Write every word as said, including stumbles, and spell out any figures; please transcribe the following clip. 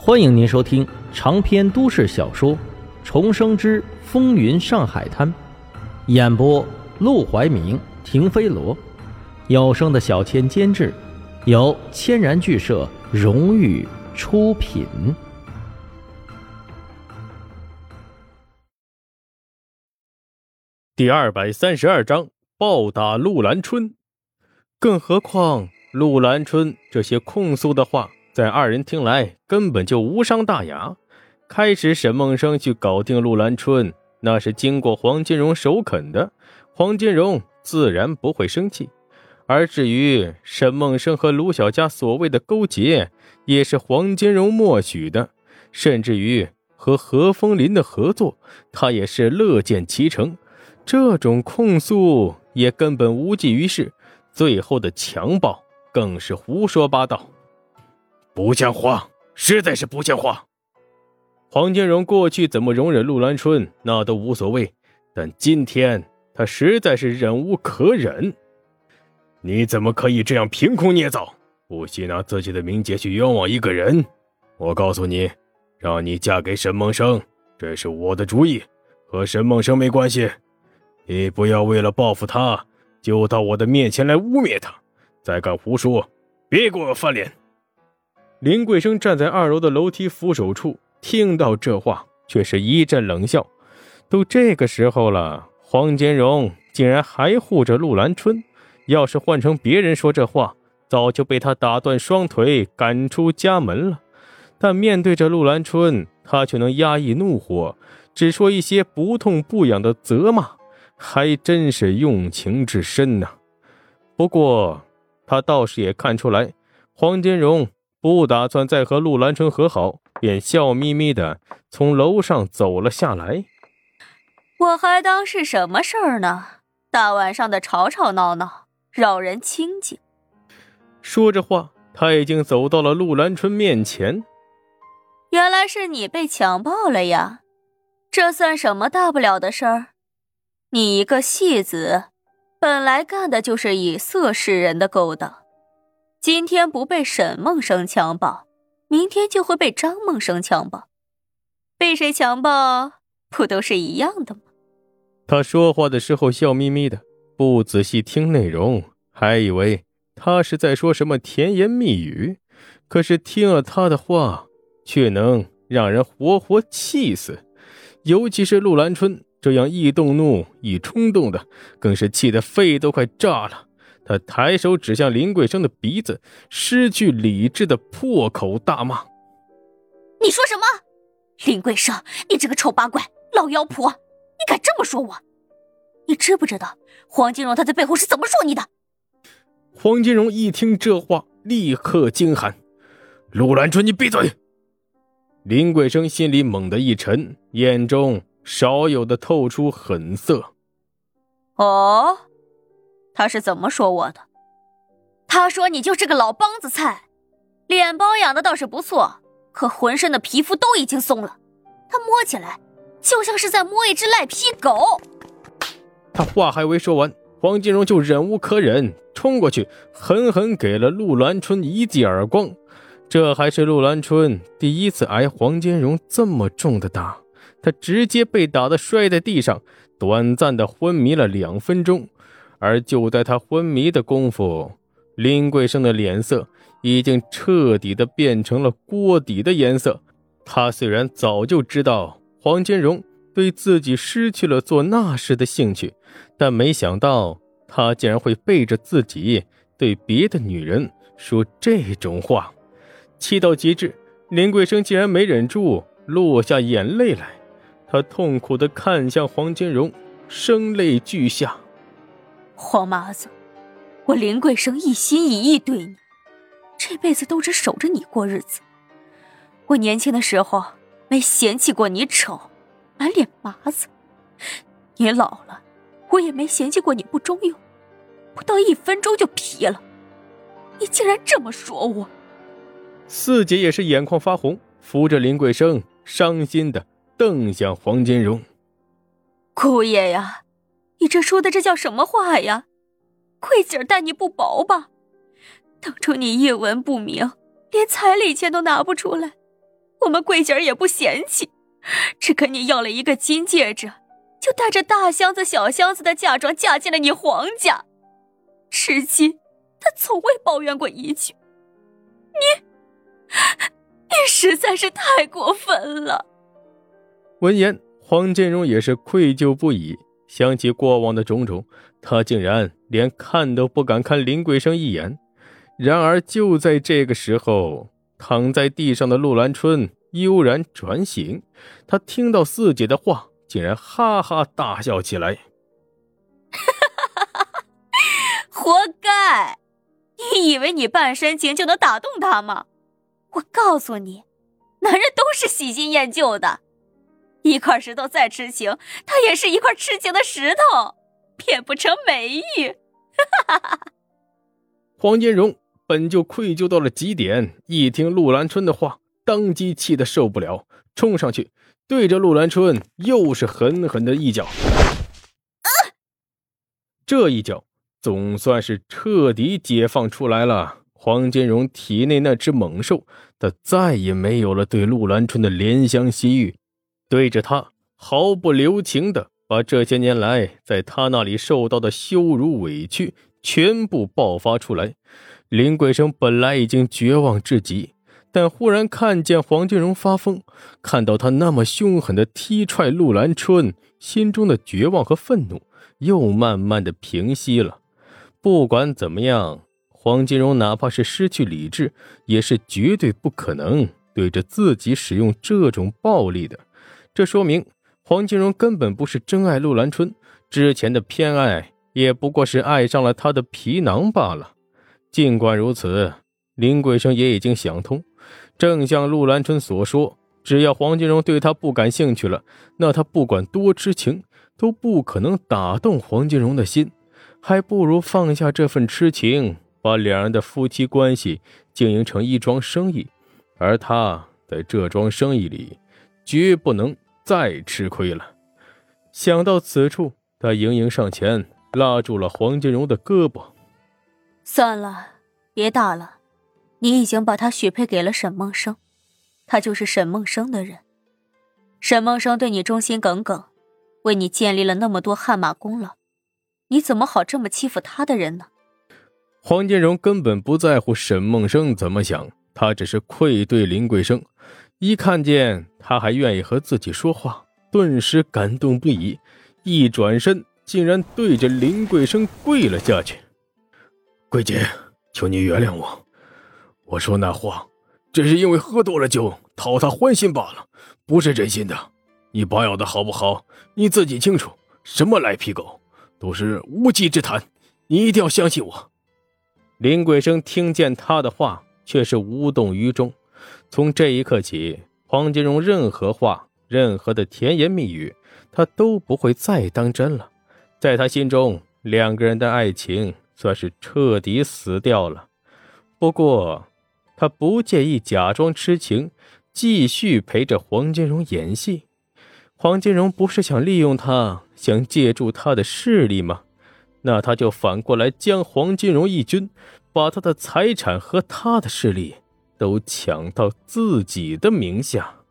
欢迎您收听长篇都市小说《重生之风云上海滩》，演播陆怀明、停飞罗，有声的小千监制，由千然剧社荣誉出品。 第二百三十二章，暴打陆兰春。更何况陆兰春这些控诉的话，在二人听来根本就无伤大雅。开始沈梦生去搞定陆兰春，那是经过黄金荣首肯的，黄金荣自然不会生气。而至于沈梦生和卢小佳所谓的勾结，也是黄金荣默许的，甚至于和何风林的合作，他也是乐见其成。这种控诉也根本无济于事，最后的强暴更是胡说八道。 不像话，实在是不像话。 黄金荣过去怎么容忍陆兰春那都无所谓，但今天他实在是忍无可忍。 你怎么可以这样凭空捏造，不惜拿自己的名节去冤枉一个人？我告诉你，让你嫁给沈梦生，这是我的主意，和沈梦生没关系。你不要为了报复他，就到我的面前来污蔑他，再敢胡说，别给我翻脸。 林桂生站在二楼的楼梯扶手处，听到这话却是一阵冷笑。都这个时候了，黄金荣竟然还护着陆兰春，要是换成别人说这话，早就被他打断双腿赶出家门了。但面对着陆兰春，他却能压抑怒火，只说一些不痛不痒的责骂，还真是用情至深呐、啊。不过他倒是也看出来，黄金荣不打算再和陆兰春和好，便笑眯眯的从楼上走了下来。 我还当是什么事儿呢？大晚上的吵吵闹闹，扰人清静。 说着话，他已经走到了陆兰春面前。 原来是你被强暴了呀？这算什么大不了的事儿？你一个戏子，本来干的就是以色示人的勾当。今天不被沈梦生强暴，明天就会被张梦生强暴。被谁强暴，不都是一样的吗？ 他说话的时候笑眯眯的，不仔细听内容，还以为他是在说什么甜言蜜语，可是听了他的话，却能让人活活气死。尤其是陆兰春这样易动怒易冲动的，更是气得肺都快炸了。他抬手指向林桂生的鼻子，失去理智的破口大骂： 你说什么？林桂生，你这个丑八怪，老妖婆，你敢这么说我？你知不知道黄金荣他在背后是怎么说你的？ 黄金荣一听这话，立刻惊喊： 陆兰春，你闭嘴！ 林桂生心里猛地一沉，眼中少有的透出狠色。 哦，他是怎么说我的？他说你就是个老梆子菜，脸包养的倒是不错，可浑身的皮肤都已经松了，他摸起来就像是在摸一只赖皮狗。 他话还未说完，黄金荣就忍无可忍，冲过去狠狠给了陆兰春一记耳光。这还是陆兰春第一次挨黄金荣这么重的打，他直接被打得摔在地上，短暂的昏迷了两分钟。而就在他昏迷的功夫，林桂生的脸色已经彻底的变成了锅底的颜色。他虽然早就知道黄金荣对自己失去了做那事的兴趣，但没想到他竟然会背着自己对别的女人说这种话。气到极致，林桂生竟然没忍住落下眼泪来，他痛苦地看向黄金荣，声泪俱下。 黄麻子，我林桂生一心一意对你，这辈子都只守着你过日子。我年轻的时候没嫌弃过你丑，满脸麻子，你老了，我也没嫌弃过你不中用，不到一分钟就皮了。你竟然这么说我！ 四姐也是眼眶发红，扶着林桂生，伤心的瞪向黄金荣。 姑爷呀，你这说的这叫什么话呀？贵姐待你不薄吧？当初你一文不名，连彩礼钱都拿不出来， 我们桂姐儿也不嫌弃，只跟你要了一个金戒指，就带着大箱子小箱子的嫁妆嫁进了你皇家。至今她从未抱怨过一句。你你实在是太过分了。 闻言，黄建荣也是愧疚不已，想起过往的种种，他竟然连看都不敢看林桂生一眼。然而就在这个时候，躺在地上的陆兰春悠然转醒，他听到四姐的话，竟然哈哈大笑起来。 活该！你以为你半深情就能打动他吗？我告诉你，男人都是喜新厌旧的，一块石头再痴情，它也是一块痴情的石头，变不成美玉。 黄建荣本就愧疚到了极点，一听陆兰春的话，当即气得受不了，冲上去对着陆兰春又是狠狠的一脚。 啊、 这一脚总算是彻底解放出来了黄建荣体内那只猛兽，他再也没有了对陆兰春的怜香惜玉，对着他毫不留情的把这些年来在他那里受到的羞辱委屈全部爆发出来。林桂生本来已经绝望至极，但忽然看见黄建荣发疯，看到他那么凶狠的踢踹陆兰春，心中的绝望和愤怒又慢慢的平息了。不管怎么样，黄建荣哪怕是失去理智，也是绝对不可能对着自己使用这种暴力的。这说明黄建荣根本不是真爱陆兰春，之前的偏爱也不过是爱上了他的皮囊罢了。尽管如此，林桂生也已经想通，正像陆兰春所说，只要黄建荣对他不感兴趣了，那他不管多痴情都不可能打动黄建荣的心，还不如放下这份痴情，把两人的夫妻关系经营成一桩生意，而他在这桩生意里绝不能再吃亏了。想到此处，他盈盈上前拉住了黄建荣的胳膊。 算了，别打了，你已经把他许配给了沈梦生，他就是沈梦生的人。沈梦生对你忠心耿耿，为你建立了那么多汗马功劳，你怎么好这么欺负他的人呢？ 黄建荣根本不在乎沈梦生怎么想，他只是愧对林桂生。一看见他还愿意和自己说话，顿时感动不已，一转身竟然对着林桂生跪了下去。 桂姐，求你原谅我，我说那话只是因为喝多了酒讨他欢心罢了，不是真心的。你保养的好不好你自己清楚，什么赖皮狗都是无稽之谈，你一定要相信我。 林桂生听见他的话却是无动于衷。从这一刻起，黄建荣任何话任何的甜言蜜语他都不会再当真了。在他心中，两个人的爱情算是彻底死掉了。不过他不介意假装痴情，继续陪着黄建荣演戏。黄建荣不是想利用他，想借助他的势力吗？那他就反过来将黄建荣一军，把他的财产和他的势力都抢到自己的名下。